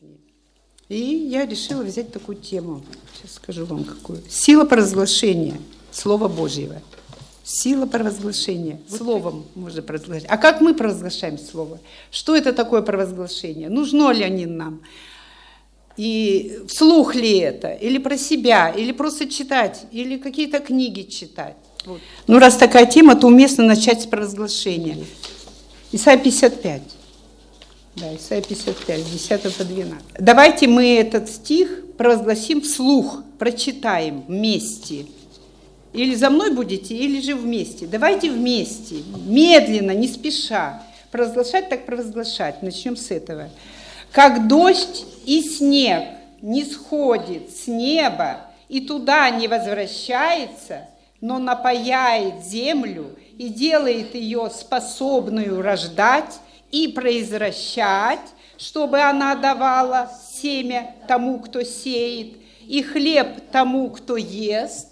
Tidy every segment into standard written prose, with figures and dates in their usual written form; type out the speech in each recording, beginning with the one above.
жизни. И я решила взять такую тему. Сейчас скажу вам какую. Сила провозглашения Слова Божьего. Сила провозглашения. Словом можно провозглашать. А как мы провозглашаем Слово? Что это такое провозглашение? Нужно ли они нам? И вслух ли это? Или про себя? Или просто читать? Или какие-то книги читать? Вот. Ну, раз такая тема, то уместно начать с провозглашения. Исайя 55. Да, Исайя 55, 10 по 12. Давайте мы этот стих провозгласим вслух, прочитаем вместе. Или за мной будете, или же вместе. Давайте вместе, медленно, не спеша. Провозглашать так провозглашать. Начнем с этого. «Как дождь и снег не сходит с неба и туда не возвращается, но напояет землю и делает ее способную рождать и произращать, чтобы она давала семя тому, кто сеет, и хлеб тому, кто ест,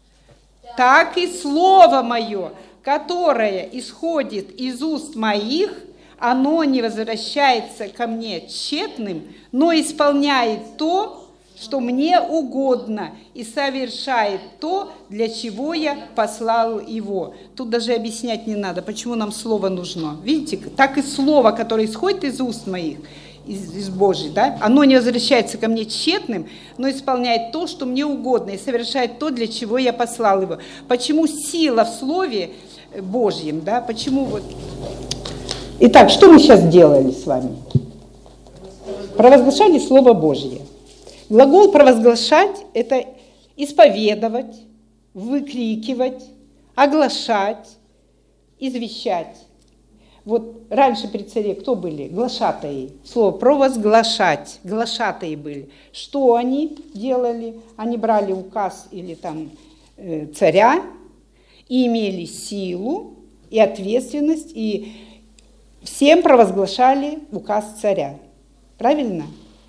так и слово мое, которое исходит из уст моих, оно не возвращается ко мне тщетным, но исполняет то, что мне угодно, и совершает то, для чего я послал его». Тут даже объяснять не надо, почему нам слово нужно. Видите, так и слово, которое исходит из уст моих, из Божьей, да, оно не возвращается ко мне тщетным, но исполняет то, что мне угодно, и совершает то, для чего я послал его. Почему сила в Слове Божьем, да, почему вот... Итак, что мы сейчас делали с вами? Провозглашали Слово Божье. Глагол «провозглашать» – это исповедовать, выкрикивать, оглашать, извещать. Вот раньше при царе кто были? Глашатаи. Слово «провозглашать». Глашатаи были. Что они делали? Они брали указ или там царя и имели силу и ответственность, и всем провозглашали указ царя. Правильно?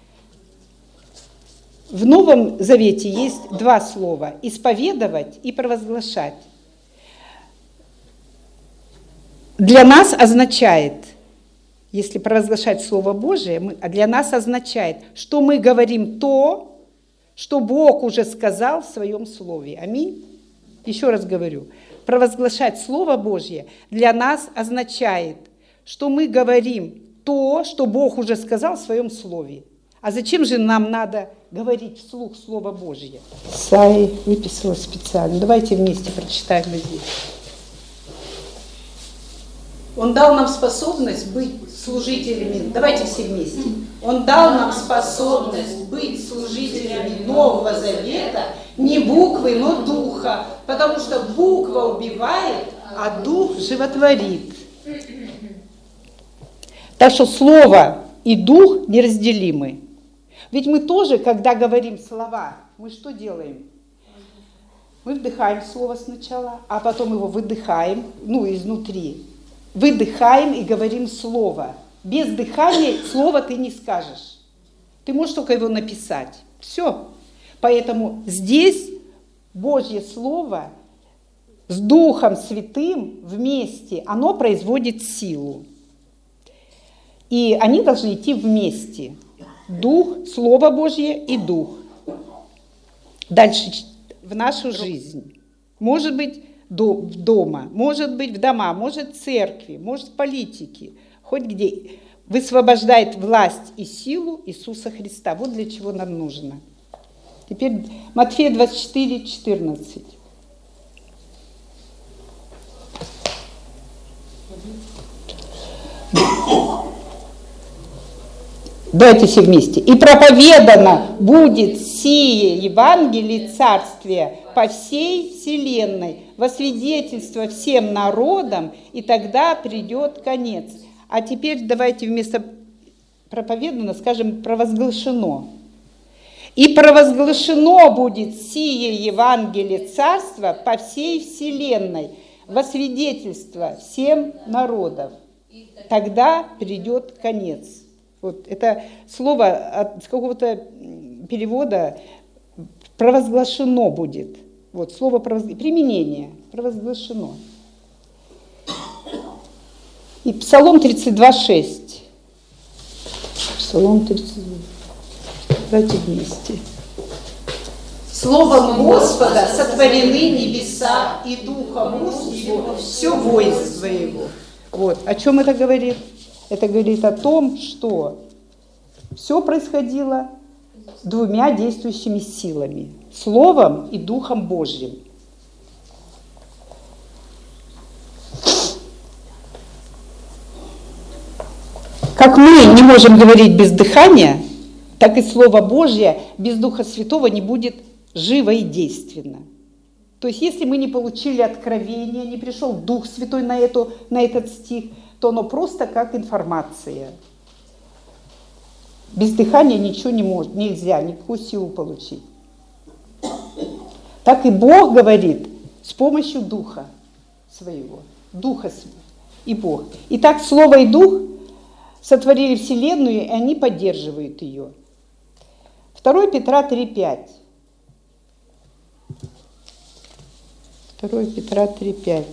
В Новом Завете есть два слова – исповедовать и провозглашать. Для нас означает, если провозглашать Слово Божие, для нас означает, что мы говорим то, что Бог уже сказал в Своем Слове. Аминь. Еще раз говорю, провозглашать Слово Божье для нас означает, что мы говорим то, что Бог уже сказал в Своем Слове. А зачем же нам надо говорить вслух Слово Божье? Исайя выписала специально. Давайте вместе прочитаем здесь. Он дал нам способность быть служителями. Давайте все вместе. Он дал нам способность быть служителями Нового Завета не буквы, но духа. Потому что буква убивает, а дух животворит. Так что слово и дух неразделимы. Ведь мы тоже, когда говорим слова, мы что делаем? Мы вдыхаем слово сначала, а потом его выдыхаем, изнутри. Выдыхаем и говорим слово. Без дыхания слова ты не скажешь. Ты можешь только его написать. Все. Поэтому здесь Божье Слово с Духом Святым вместе, оно производит силу. И они должны идти вместе. Дух, Слово Божье и Дух. Дальше в нашу жизнь. Может быть, дома, может быть, в дома, может, в церкви, может, в политике, хоть где. Высвобождает власть и силу Иисуса Христа. Вот для чего нам нужно. Теперь Матфея 24, 14. Давайте все вместе. «И проповедано будет сие Евангелие Царствия по всей вселенной, во свидетельство всем народам, и тогда придет конец». А теперь давайте вместо проповедано скажем «провозглашено». «И провозглашено будет сие Евангелие Царства по всей вселенной, во свидетельство всем народов. Тогда придет конец». Вот это слово с какого-то перевода «провозглашено будет». Вот слово применение «провозглашено». И Псалом 32:6. Псалом 32. Давайте вместе. Словом Господа сотворены небеса, и духом уст его все воинство его. Вот. О чем это говорит? Это говорит о том, что все происходило двумя действующими силами. Словом и Духом Божьим. Как мы не можем говорить без дыхания, так и Слово Божье без Духа Святого не будет живо и действенно. То есть, если мы не получили откровение, не пришел Дух Святой на этот стих, то оно просто как информация. Без дыхания ничего нельзя, никакую силу получить. Так и Бог говорит с помощью Духа Своего. Духа и Бог. Итак, Слово и Дух сотворили Вселенную, и они поддерживают ее. 2 Петра 3,5. 2 Петра 3,5.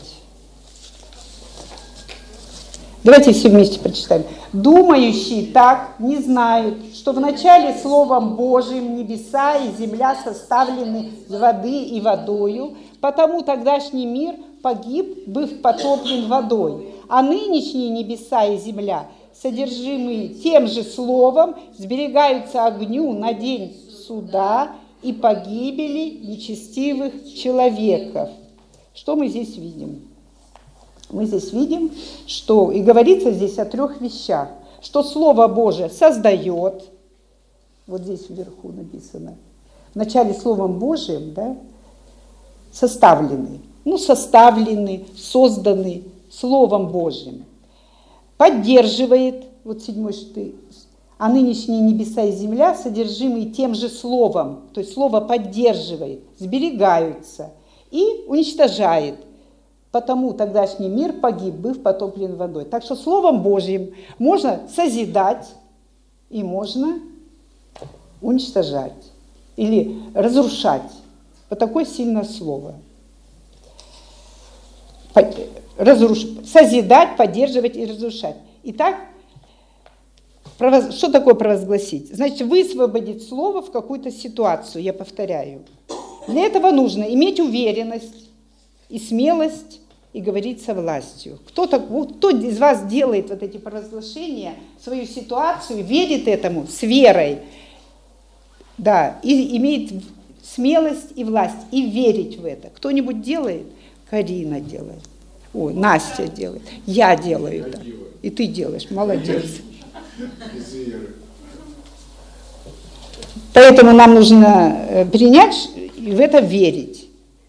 Давайте все вместе прочитаем. «Думающие так не знают, что вначале Словом Божиим небеса и земля составлены из воды и водою, потому тогдашний мир погиб, быв потоплен водой, а нынешние небеса и земля, содержимые тем же Словом, сберегаются огню на день суда и погибели нечестивых человеков». Что мы здесь видим? Мы здесь видим, что, и говорится здесь о 3 вещах, что Слово Божие создает, вот здесь вверху написано, вначале Словом Божиим, да, составлены, созданы Словом Божьим, поддерживает, вот 7 штык, а нынешние небеса и земля, содержимые тем же Словом, то есть Слово поддерживает, сберегаются и уничтожает. Потому тогдашний мир погиб, быв потоплен водой. Так что Словом Божьим можно созидать и можно уничтожать или разрушать. Вот такое сильное слово. Созидать, поддерживать и разрушать. Итак, что такое провозгласить? Значит, высвободить слово в какую-то ситуацию, я повторяю. Для этого нужно иметь уверенность и смелость и говорить со властью. Кто из вас делает вот эти провозглашения, свою ситуацию, верит этому с верой, да, и имеет смелость и власть, и верить в это. Кто-нибудь делает? Карина делает. Ой, Настя делает. Я делаю это. И ты делаешь. Молодец. Поэтому нам нужно принять и в это верить.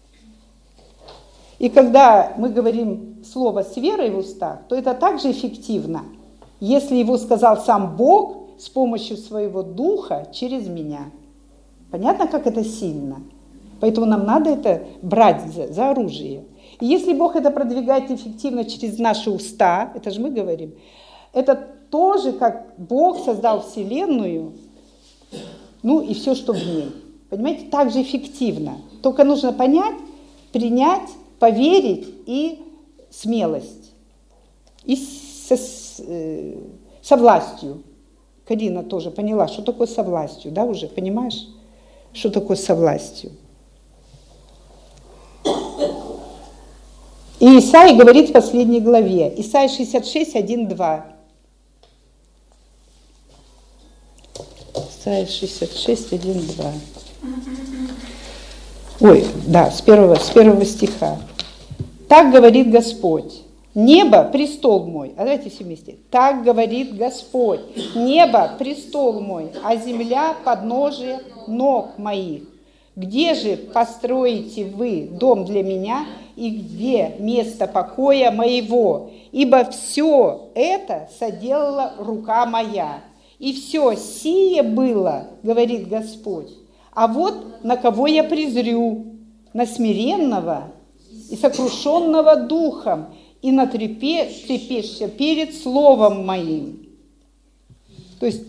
И когда мы говорим слово с верой в устах, то это также эффективно, если его сказал сам Бог с помощью своего Духа через меня. Понятно, как это сильно? Поэтому нам надо это брать за оружие. И если Бог это продвигает эффективно через наши уста, это же мы говорим, это тоже как Бог создал Вселенную, и все, что в ней. Понимаете, так же эффективно. Только нужно понять, принять, поверить и смелость. И со властью. Карина тоже поняла, что такое со властью, да, уже понимаешь, что такое со властью. И Исаия говорит в последней главе, Исаия 66, 1, 2. Исаия 66, 1, 2. Ой, да, с первого стиха. «Так говорит Господь, небо – престол мой». А давайте все вместе. «Так говорит Господь, небо – престол мой, а земля – подножие ног моих. Где же построите вы дом для меня, и где место покоя моего? Ибо все это соделала рука моя. И все сие было, говорит Господь. А вот на кого я презрю, на смиренного и сокрушенного духом, и на трепещущего перед словом моим». То есть,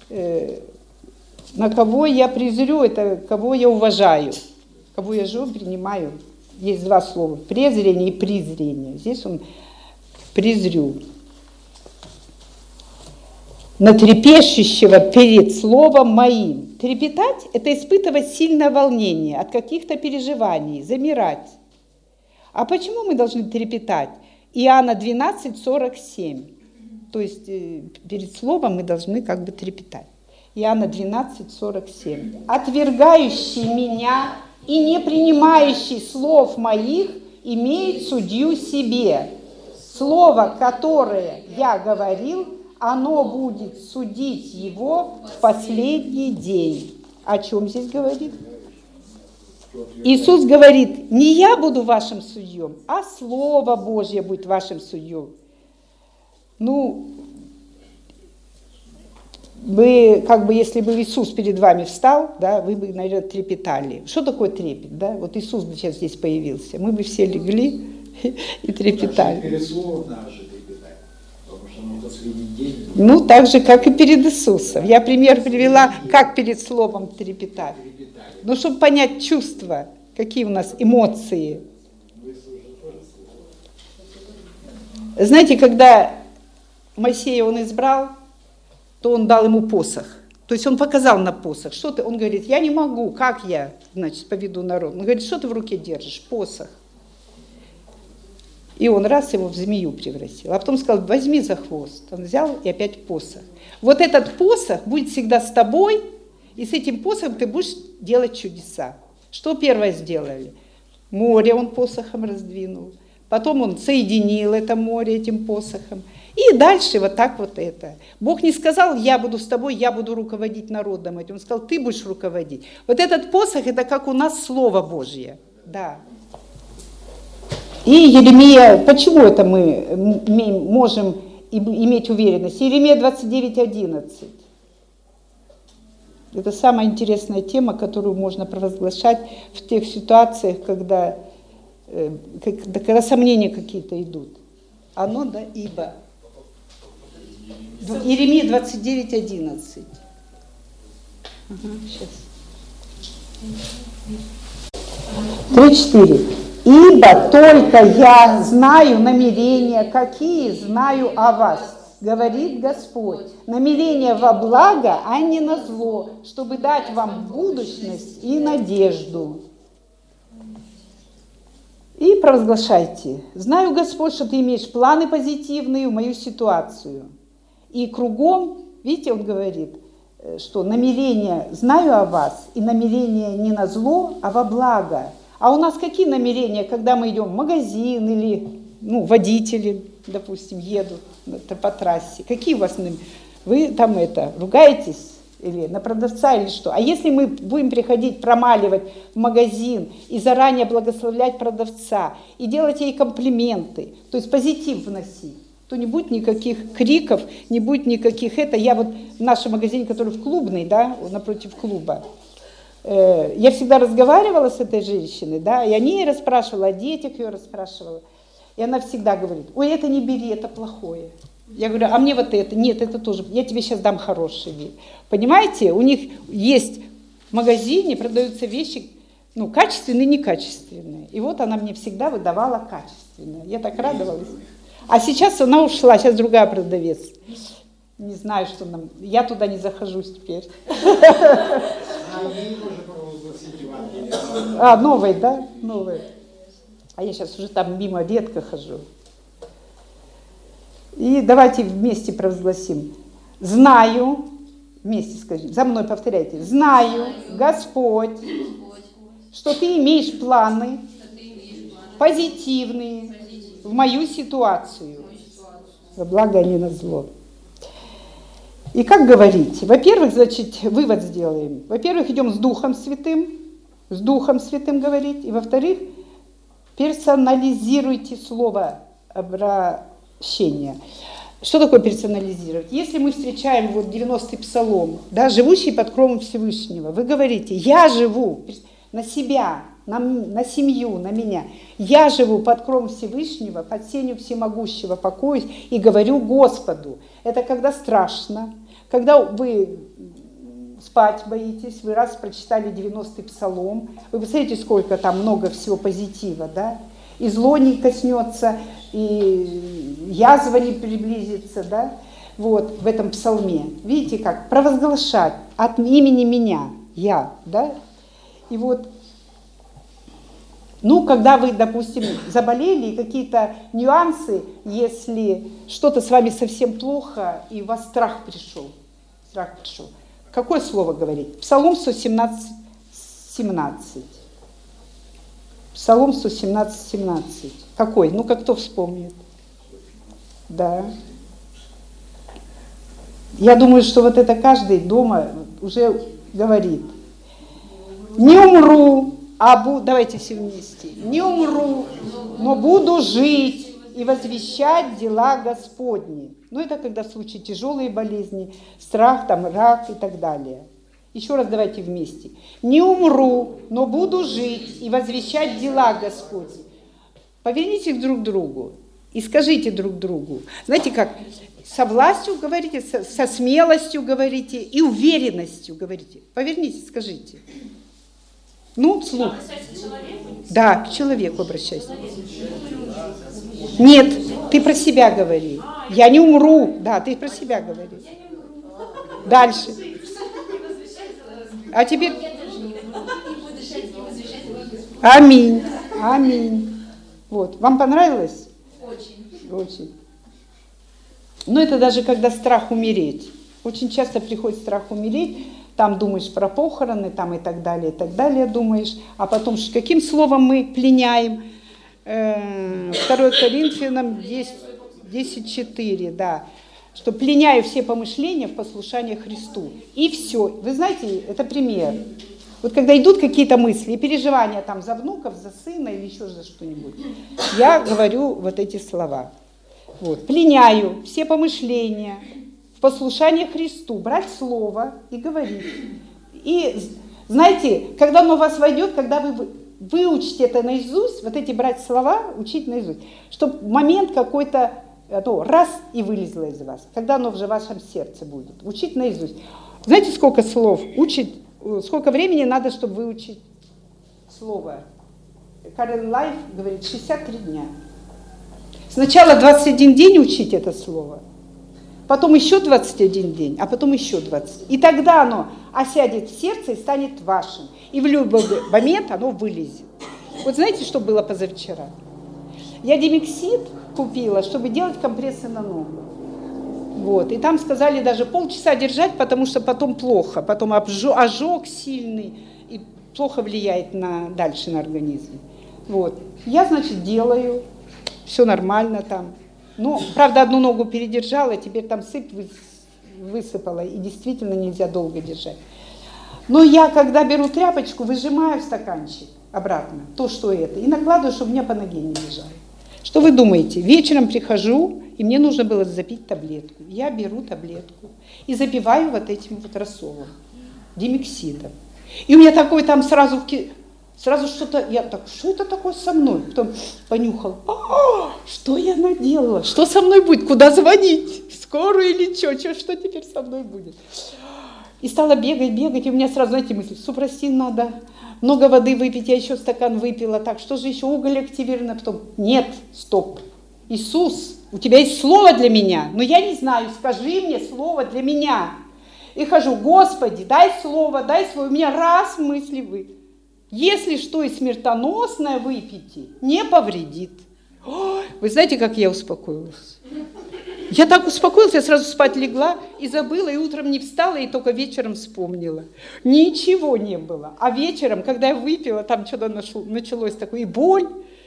на кого я презрю, это кого я уважаю, кого я живу, принимаю. Есть 2 слова, презрение и презрение. Здесь он презрю. на трепещущего перед словом моим. Трепетать – это испытывать сильное волнение от каких-то переживаний, замирать. А почему мы должны трепетать? Иоанна 12:47. То есть перед словом мы должны как бы трепетать. Иоанна 12:47. «Отвергающий меня и не принимающий слов моих имеет судью себе. Слово, которое я говорил, оно будет судить его в последний день». О чем здесь говорит? Иисус говорит: не я буду вашим судьем, а Слово Божье будет вашим судьем. Ну, вы, как бы, если бы Иисус перед вами встал, да, вы бы, наверное, трепетали. Что такое трепет, да? Вот Иисус бы сейчас здесь появился, мы бы все легли и трепетали. Перед словом надо же трепетать, потому что мы последний день. Ну, так же, как и перед Иисусом. Я пример привела, как перед словом трепетать. Ну, чтобы понять чувства, какие у нас эмоции. Знаете, когда Моисея он избрал, то он дал ему посох. То есть он показал на посох. Что ты? Он говорит: я не могу, как я, значит, поведу народ? Он говорит: что ты в руке держишь? Посох. И он раз его в змею превратил. А потом сказал: возьми за хвост. Он взял и опять посох. Вот этот посох будет всегда с тобой, и с этим посохом ты будешь делать чудеса. Что первое сделали? Море он посохом раздвинул. Потом он соединил это море этим посохом. И дальше вот так вот это. Бог не сказал: я буду с тобой, я буду руководить народом этим. Он сказал: ты будешь руководить. Вот этот посох, это как у нас Слово Божье. Да. И Еремия, почему это мы можем иметь уверенность? Еремия 29:11. Это самая интересная тема, которую можно провозглашать в тех ситуациях, когда сомнения какие-то идут. Оно, да, ибо. Иеремия 29:11. Сейчас. 3-4. «Ибо только я знаю намерения, какие знаю о вас, говорит Господь, намерения во благо, а не на зло, чтобы дать вам будущность и надежду». И провозглашайте: знаю, Господь, что ты имеешь планы позитивные в мою ситуацию. И кругом, видите, он говорит, что намерения знаю о вас, и намерения не на зло, а во благо. А у нас какие намерения, когда мы идем в магазин или водители, допустим, едут по трассе? Какие у вас намерения? Вы там ругаетесь? Или на продавца, или что? А если мы будем приходить, промаливать в магазин и заранее благословлять продавца, и делать ей комплименты, то есть позитив вносить, то не будет никаких криков, не будет никаких Я вот в нашем магазине, который в Клубной, да, напротив клуба, я всегда разговаривала с этой женщиной, да, и о ней расспрашивала, о детях ее расспрашивала. И она всегда говорит: ой, это не бери, это плохое. Я говорю: а мне вот это? Нет, это тоже. Я тебе сейчас дам хороший вид. Понимаете, у них есть в магазине, продаются вещи, качественные и некачественные. И вот она мне всегда выдавала качественное. Я так радовалась. А сейчас она ушла, сейчас другая продавец. Не знаю, что нам... Я туда не захожусь теперь. Новый, да? Новый. А я сейчас уже там мимо редко хожу. И давайте вместе провозгласим: знаю, вместе скажем, за мной повторяйте: знаю, Господь, что ты имеешь планы позитивные в мою ситуацию, во благо, а не на зло. И как говорить? Во-первых, значит, вывод сделаем. Во-первых, идем с Духом Святым говорить. И во-вторых, персонализируйте слово обращения. Что такое персонализировать? Если мы встречаем 90-й псалом, да, живущий под кровом Всевышнего, вы говорите: я живу на себя, на семью, на меня. Я живу под кровом Всевышнего, под сенью всемогущего покоюсь и говорю Господу. Это когда страшно, когда вы спать боитесь, вы раз прочитали 90-й псалом, вы посмотрите, сколько там много всего позитива, да? И зло не коснется, и язва не приблизится, да? вот в этом псалме. Видите как? Провозглашать от имени меня, я, да? И вот, ну, когда вы, допустим, заболели, и какие-то нюансы, если что-то с вами совсем плохо, и у вас страх пришел, какое слово говорить? Псалом 117, 17. Псалом 117, 17. Какой? Ну-ка, кто вспомнит? Да. Я думаю, что вот это каждый дома уже говорит. Не умру, давайте все вместе. Не умру, но буду жить и возвещать дела Господни. Ну, это когда в случае тяжелые болезни, страх, там, рак и так далее. Еще раз давайте вместе. Не умру, но буду жить и возвещать дела Господни. Повернитесь друг к другу и скажите друг другу. Знаете как? Со властью говорите, со смелостью говорите и уверенностью говорите. Повернитесь, скажите. Ну, вслух. Да, к человеку обращайся. Нет, ты про себя говори. Я не умру. Да, ты про себя говори. Дальше. А теперь... Аминь. Аминь. Вот. Вам понравилось? Очень. Очень. Но это даже когда страх умереть. Очень часто приходит страх умереть. Там думаешь про похороны, там и так далее думаешь. А потом, каким словом мы пленяем? 2 Коринфянам 10:4, да. Что пленяю все помышления в послушание Христу. И все. Вы знаете, это пример. Вот когда идут какие-то мысли и переживания там за внуков, за сына или еще за что-нибудь, я говорю вот эти слова. Вот. Пленяю все помышления в послушание Христу. Брать слово и говорить. И знаете, когда оно в вас войдет, когда вы выучите это наизусть, вот эти брать слова, учить наизусть, чтобы момент какой-то раз и вылезло из вас, когда оно уже в вашем сердце будет. Учить наизусть. Знаете, сколько слов учить, сколько времени надо, чтобы выучить слово? Карен Лайф говорит, 63 дня. Сначала 21 день учить это слово, потом еще 21 день, а потом еще 20. И тогда оно осядет в сердце и станет вашим. И в любой момент оно вылезет. Вот знаете, что было позавчера? Я Демиксид купила, чтобы делать компрессы на ногу. Вот. И там сказали даже полчаса держать, потому что потом плохо. Потом ожог сильный и плохо влияет дальше на организм. Вот. Я, значит, делаю, все нормально там. Ну, правда, одну ногу передержала, теперь там сыпь высыпала, и действительно нельзя долго держать. Но я, когда беру тряпочку, выжимаю стаканчик обратно, то, что это, и накладываю, чтобы у меня по ноге не лежало. Что вы думаете? Вечером прихожу, и мне нужно было запить таблетку. Я беру таблетку и запиваю вот этим вот рассолом, Демиксидом. И у меня такой там сразу что-то, я так, что это такое со мной? Потом понюхал, что я наделала? Что со мной будет? Куда звонить? В скорую или что теперь со мной будет? И стала бегать, и у меня сразу, знаете, мысли, супрастин надо, много воды выпить, я еще стакан выпила, так, что же еще, уголь активирован, потом, нет, стоп, Иисус, у тебя есть слово для меня, но я не знаю, скажи мне слово для меня. И хожу, Господи, дай слово, у меня раз мысли вы. Если что и смертоносное выпейте, не повредит. Вы знаете, как я успокоилась? Я так успокоилась, я сразу спать легла и забыла, и утром не встала, и только вечером вспомнила. Ничего не было. А вечером, когда я выпила, там что-то началось такое, и боль,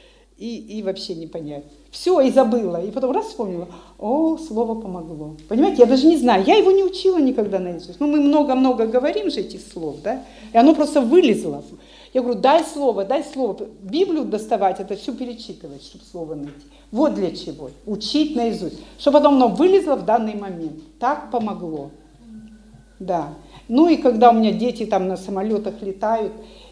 и вообще не понять. Все, и забыла. И потом раз вспомнила, слово помогло. Понимаете, я даже не знаю, я его не учила никогда наизусть. Мы много-много говорим же этих слов, да, и оно просто вылезло. Я говорю, дай слово. Библию доставать, это все перечитывать, чтобы слово найти. Вот для чего. Учить наизусть. Чтобы потом оно вылезло в данный момент. Так помогло. Да. Ну и когда у меня дети там на самолетах летают,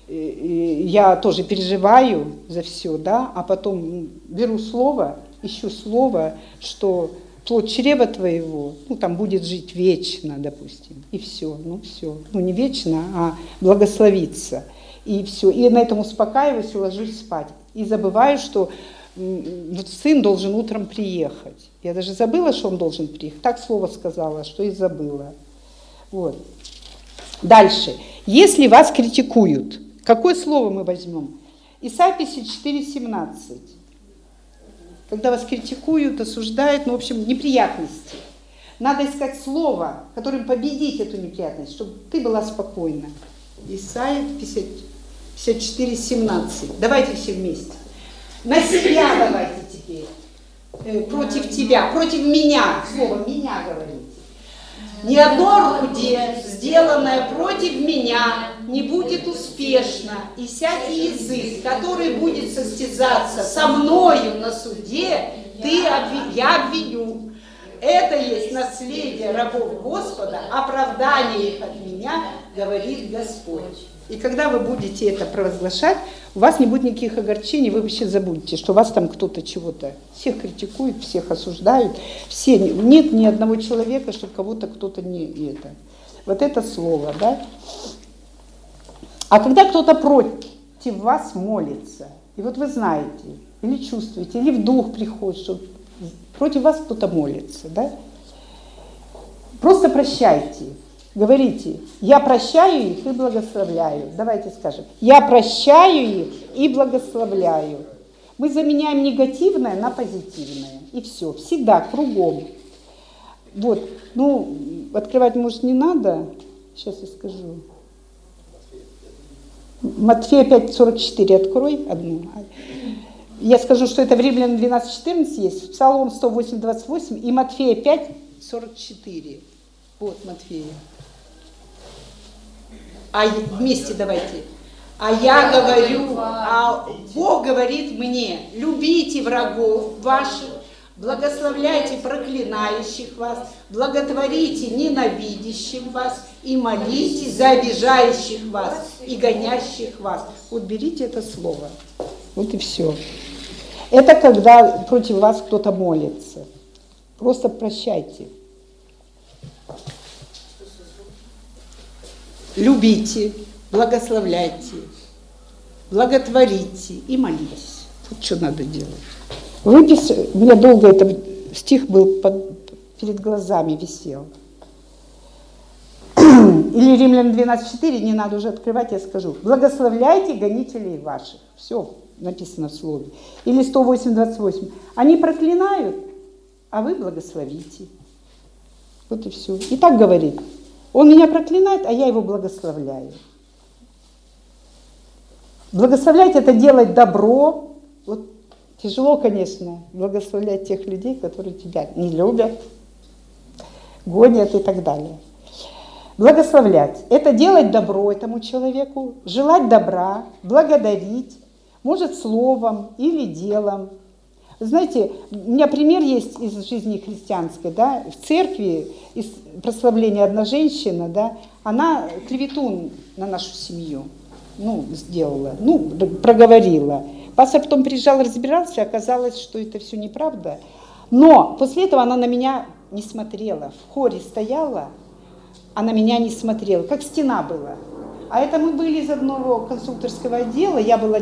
я тоже переживаю за все, да, а потом беру слово, ищу слово, что плод чрева твоего, там будет жить вечно, допустим, и все, не вечно, а благословиться. И все. И на этом успокаиваюсь и ложусь спать. И забываю, что вот сын должен утром приехать. Я даже забыла, что он должен приехать. Так слово сказала, что и забыла. Вот. Дальше. Если вас критикуют, какое слово мы возьмем? Исайя 54:17. Когда вас критикуют, осуждают, ну, в общем, неприятности. Надо искать слово, которым победить эту неприятность, чтобы ты была спокойна. Исайя 54:17. Давайте все вместе. На себя давайте теперь. Против тебя, против меня. Слово «меня» говорите. Ни одно орудие, сделанное против меня, не будет успешно, и всякий язык, который будет состязаться со мною на суде, я обвиню. Это есть наследие рабов Господа, оправдание их от меня, говорит Господь. И когда вы будете это провозглашать, у вас не будет никаких огорчений, вы вообще забудете, что вас там кто-то чего-то, всех критикует, всех осуждают, нет ни одного человека, чтобы кого-то кто-то не это. Вот это слово, да? А когда кто-то против вас молится, и вот вы знаете, или чувствуете, или в дух приходит, что против вас кто-то молится, да? Просто прощайте. Говорите, я прощаю их и благословляю. Давайте скажем, я прощаю их и благословляю. Мы заменяем негативное на позитивное. И все, всегда, кругом. Вот, ну, открывать, может, не надо. Сейчас я скажу. Матфея 5:44 открой одну. Я скажу, что это в Римлянам 12:14 есть, в Псалом 108:28 и Матфея 5:44. Вот Матфея. А вместе давайте. А я говорю, а Бог говорит мне, любите врагов ваших, благословляйте проклинающих вас, благотворите ненавидящим вас и молитесь за обижающих вас и гонящих вас. Вот берите это слово. Вот и все. Это когда против вас кто-то молится. Просто прощайте. Любите, благословляйте, благотворите и молитесь. Вот что надо делать. У меня долго этот стих был перед глазами висел. Или Римлянам 12:4, не надо уже открывать, я скажу. Благословляйте гонителей ваших. Все написано в слове. Или 108:28. Они проклинают, а вы благословите. Вот и все. И так говорит. Он меня проклинает, а я его благословляю. Благословлять – это делать добро. Вот тяжело, конечно, благословлять тех людей, которые тебя не любят, гонят и так далее. Благословлять – это делать добро этому человеку, желать добра, благодарить, может, словом или делом. Знаете, у меня пример есть из жизни христианской, да, в церкви из прославления одна женщина, да, она клевету на нашу семью, сделала, проговорила. Пастор потом приезжал, разбирался, оказалось, что это все неправда. Но после этого она на меня не смотрела, в хоре стояла, а на меня не смотрела, как стена была. А это мы были из одного конструкторского отдела, я была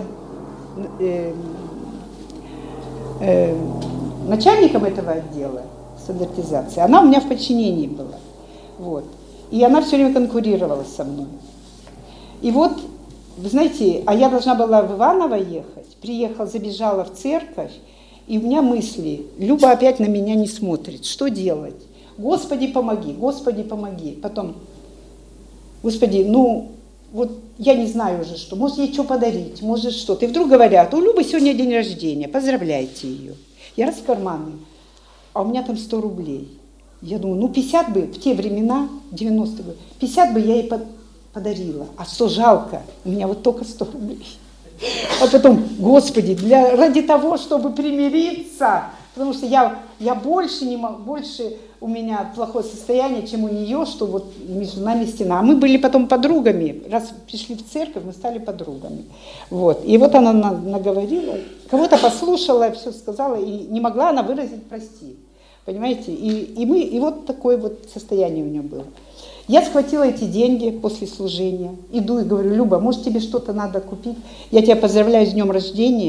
начальником этого отдела стандартизации, она у меня в подчинении была. Вот. И она все время конкурировала со мной. И вот, вы знаете, а я должна была в Иваново ехать, приехала, забежала в церковь, и у меня мысли, Люба опять на меня не смотрит, что делать? Господи, помоги, Господи, помоги. Потом, Господи, вот я не знаю уже что, может ей что подарить, может что-то. И вдруг говорят, у Любы сегодня день рождения, поздравляйте ее. Я раз в карманы, а у меня там 100 рублей. Я думаю, 50 бы в те времена, 90-е годы, 50 бы я ей подарила, а 100 жалко, у меня вот только 100 рублей. А потом, Господи, ради того, чтобы примириться, потому что я больше не могу, больше у меня плохое состояние, чем у нее, что вот между нами стена. А мы были потом подругами. Раз пришли в церковь, мы стали подругами. Вот. И вот она наговорила, кого-то послушала, все сказала, и не могла она выразить «прости». Понимаете? И вот такое вот состояние у нее было. Я схватила эти деньги после служения, иду и говорю, Люба, может тебе что-то надо купить? Я тебя поздравляю с днем рождения.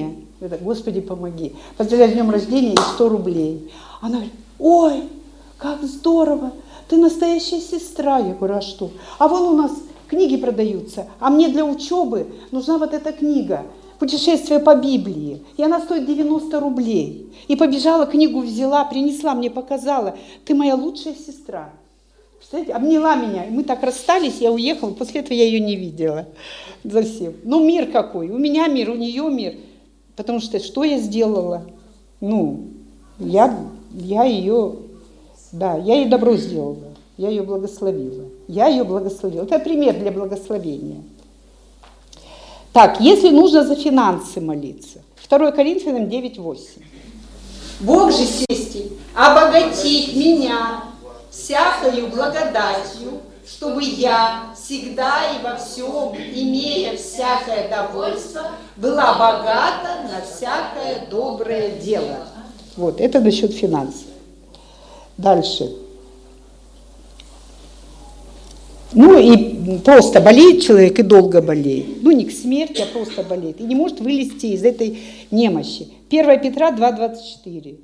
Это, Господи, помоги. Поздравляю с днем рождения и 100 рублей. Она говорит, ой, как здорово, ты настоящая сестра. Я говорю, а что? А вон у нас книги продаются, а мне для учебы нужна вот эта книга «Путешествие по Библии». И она стоит 90 рублей. И побежала, книгу взяла, принесла, мне показала. Ты моя лучшая сестра. Представляете, обняла меня. Мы так расстались, я уехала, после этого я ее не видела совсем. Ну, мир какой. У меня мир, у нее мир. Потому что я сделала? Ну, я ее, да, я ей добро сделала. Я ее благословила. Я ее благословила. Это пример для благословения. Так, если нужно за финансы молиться. 2 Коринфянам 9:8. Бог же сести обогатить меня всякою благодатью, чтобы я всегда и во всем, имея всякое довольство, была богата на всякое доброе дело. Вот, это насчет финансов. Дальше. Ну и просто болеет человек и долго болеет. Ну не к смерти, а просто болеет. И не может вылезти из этой немощи. 1 Петра 2:24.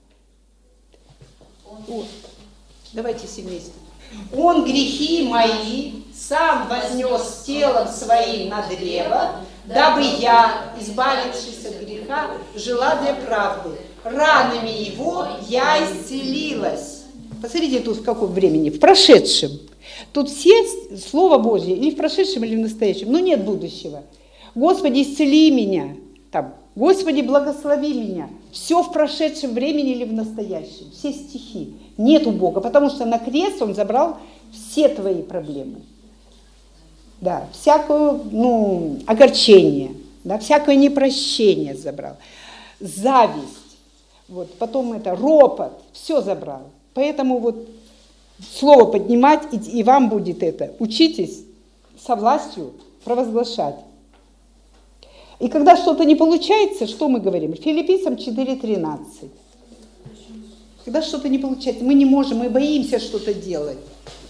Давайте все вместе. Он грехи мои сам вознес телом своим на древо, дабы я, избавившись от греха, жила для правды. Ранами его я исцелилась. Посмотрите, тут в каком времени? В прошедшем. Тут все Слово Божье, или в прошедшем, или в настоящем, но нет будущего. Господи, исцели меня, там, Господи, благослови меня. Все в прошедшем времени или в настоящем, все стихи. Нет у Бога, потому что на крест Он забрал все твои проблемы. Да, всякое, огорчение, да, всякое непрощение забрал. Зависть, вот, потом это ропот, все забрал. Поэтому вот слово поднимать, и вам будет это. Учитесь со властью провозглашать. И когда что-то не получается, что мы говорим? Филиппийцам 4:13. Когда что-то не получается, мы не можем, мы боимся что-то делать.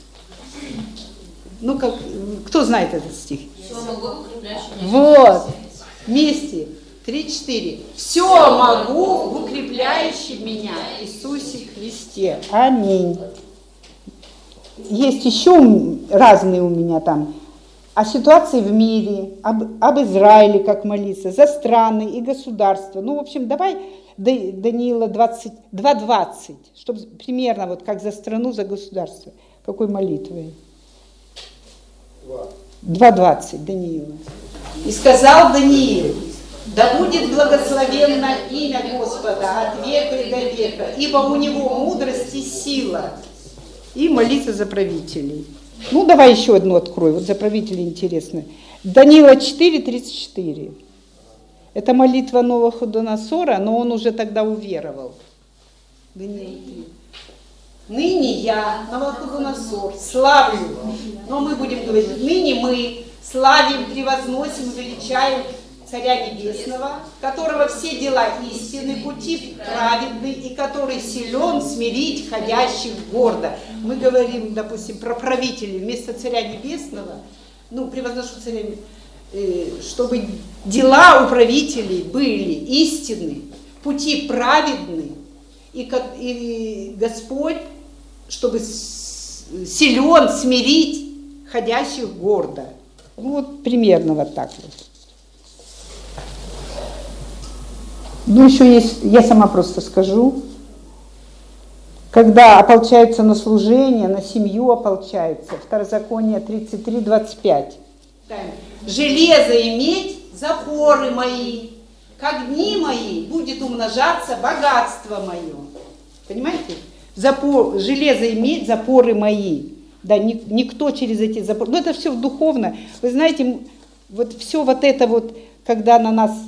Ну, как, кто знает этот стих? Вот, вместе. 3-4. Все могу в укрепляющем меня Иисусе Христе. Аминь. Есть еще разные у меня там о ситуации в мире, об Израиле, как молиться, за страны и государства. Ну, в общем, давай Даниила 2:20, чтобы примерно вот как за страну, за государство. Какой молитвой? 2:20 Даниила. И сказал Даниил: да будет благословенно имя Господа от века и до века, ибо у него мудрость и сила. И молиться за правителей. Ну, давай еще одну открою, вот за правителей интересно. Даниила 4:34. Это молитва Навуходоносора, но он уже тогда уверовал. Даниил 3. Ныне я, Навуходоносор, славлю, но мы будем говорить, ныне мы славим, превозносим, величаем Царя Небесного, которого все дела истины, пути праведны, и который силен смирить ходящих гордо. Мы говорим, допустим, про правителей вместо Царя Небесного, превозношу Царя, чтобы дела у правителей были истинны, пути праведны, и Господь, чтобы силен смирить ходящих гордо. Ну вот примерно вот так вот. Ну, еще есть, я сама просто скажу, когда ополчаются на служение, на семью ополчаются, Второзаконие 33:25. Железо иметь, запоры мои, как дни мои, будет умножаться богатство мое. Понимаете? Железо иметь, запоры мои. Да, никто через эти запоры. Ну, это все духовно. Вы знаете, вот все вот это вот, когда на нас,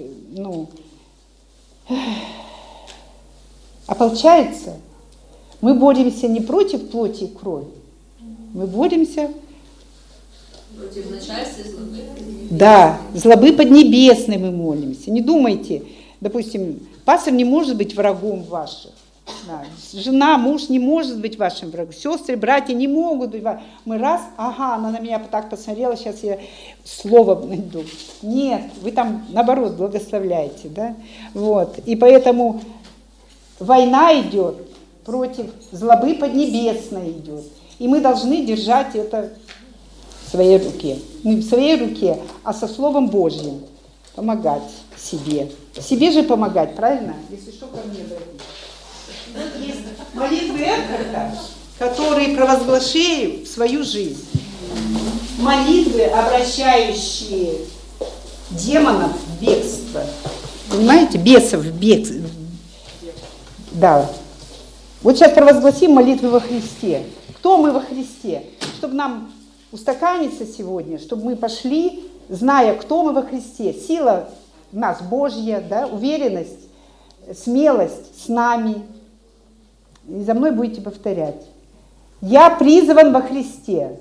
ополчается, мы боремся не против плоти и крови, мы боремся против начальства и злобы. Да, злобы поднебесной мы молимся. Не думайте, допустим, пастор не может быть врагом вашим. Да. Жена, муж не может быть вашим врагом. Сестры, братья не могут быть вашим. Мы раз, ага, она на меня так посмотрела, сейчас я слово найду. Нет, вы там наоборот благословляете, да? Вот. И поэтому война идет против злобы поднебесной идет. И мы должны держать это в своей руке. Не в своей руке, а со Словом Божьим. Помогать себе. Себе же помогать, правильно? Если что, ко мне обратитесь. Вот есть молитвы Экхарта, которые провозглашают свою жизнь. Молитвы, обращающие демонов в бегство. Понимаете? Бесов в бегство. Да. Вот сейчас провозгласим молитвы во Христе. Кто мы во Христе? Чтобы нам устаканиться сегодня, чтобы мы пошли, зная, кто мы во Христе. Сила в нас Божья, да? Уверенность, смелость с нами. И за мной будете повторять. Я призван во Христе.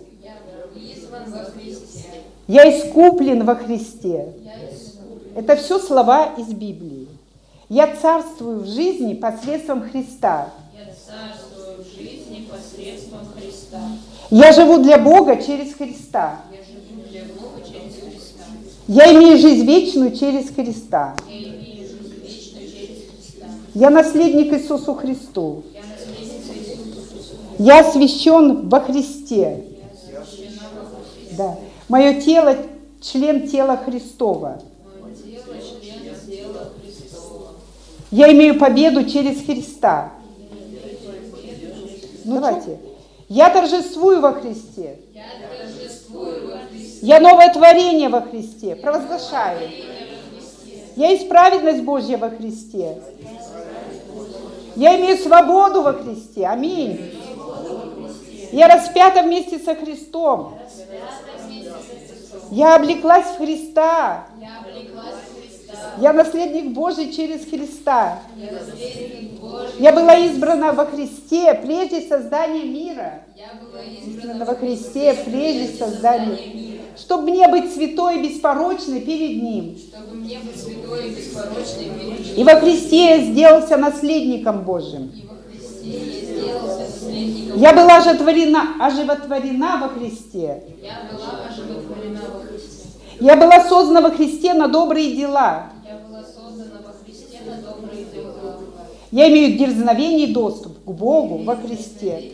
Я искуплен во Христе. Это все слова из Библии. Я царствую в жизни посредством Христа. Я живу для Бога через Христа. Я имею жизнь вечную через Христа. Я наследник Иисусу Христу. Я освящен во Христе. Да. Мое тело – член тела Христова. Я имею победу через Христа. Ну, давайте. Я торжествую во Христе. Я новое творение во Христе. Провозглашаю. Я есть праведность Божья во Христе. Я имею свободу во Христе. Аминь. Я распята вместе со Христом. Я облеклась в Христа. Я наследник Божий через Христа. Я была избрана во Христе прежде создания мира. Избрана во Христе прежде создания мира. Чтобы мне быть святой и беспорочной перед Ним. И во Христе я сделался наследником Божьим. Я была оживотворена во Христе. Я была создана во Христе на добрые дела. Я имею дерзновение и доступ к Богу во Христе.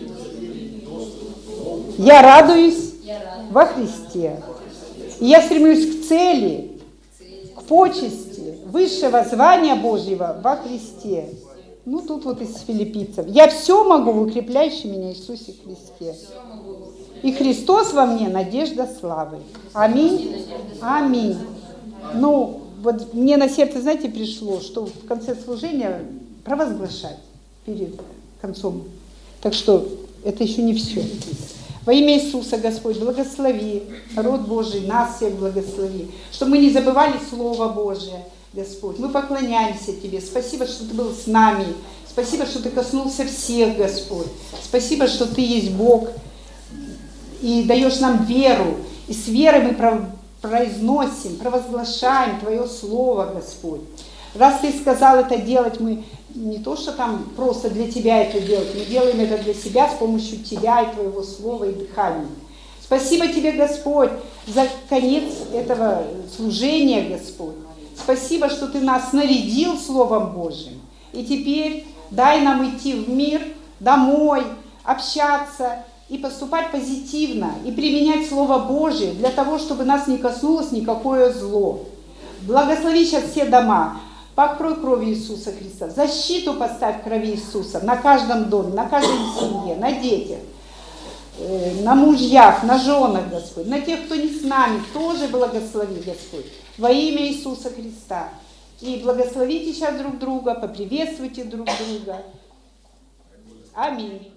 Я радуюсь во Христе. И я стремлюсь к цели, к почести, высшего звания Божьего во Христе. Ну, тут вот из филиппийцев. Я все могу в укрепляющем меня Иисусе Христе. И Христос во мне надежда славы. Аминь. Аминь. Ну, вот мне на сердце, знаете, пришло, что в конце служения провозглашать перед концом. Так что это еще не все. Во имя Иисуса, Господь, благослови народ Божий, нас всех благослови, чтобы мы не забывали Слово Божие, Господь. Мы поклоняемся Тебе. Спасибо, что Ты был с нами. Спасибо, что Ты коснулся всех, Господь. Спасибо, что Ты есть Бог и даешь нам веру. И с верой мы произносим, провозглашаем Твое Слово, Господь. Раз Ты сказал это делать, мы не то, что там просто для Тебя это делать, мы делаем это для себя с помощью Тебя и Твоего Слова и дыхания. Спасибо Тебе, Господь, за конец этого служения, Господь. Спасибо, что Ты нас снарядил Словом Божьим. И теперь дай нам идти в мир, домой, общаться и поступать позитивно, и применять Слово Божие для того, чтобы нас не коснулось никакое зло. Благослови сейчас все дома. Покрой кровью Иисуса Христа. Защиту поставь крови Иисуса на каждом доме, на каждой семье, на детях, на мужьях, на женах, Господь, на тех, кто не с нами, тоже благослови, Господь, во имя Иисуса Христа. И благословите сейчас друг друга, поприветствуйте друг друга. Аминь.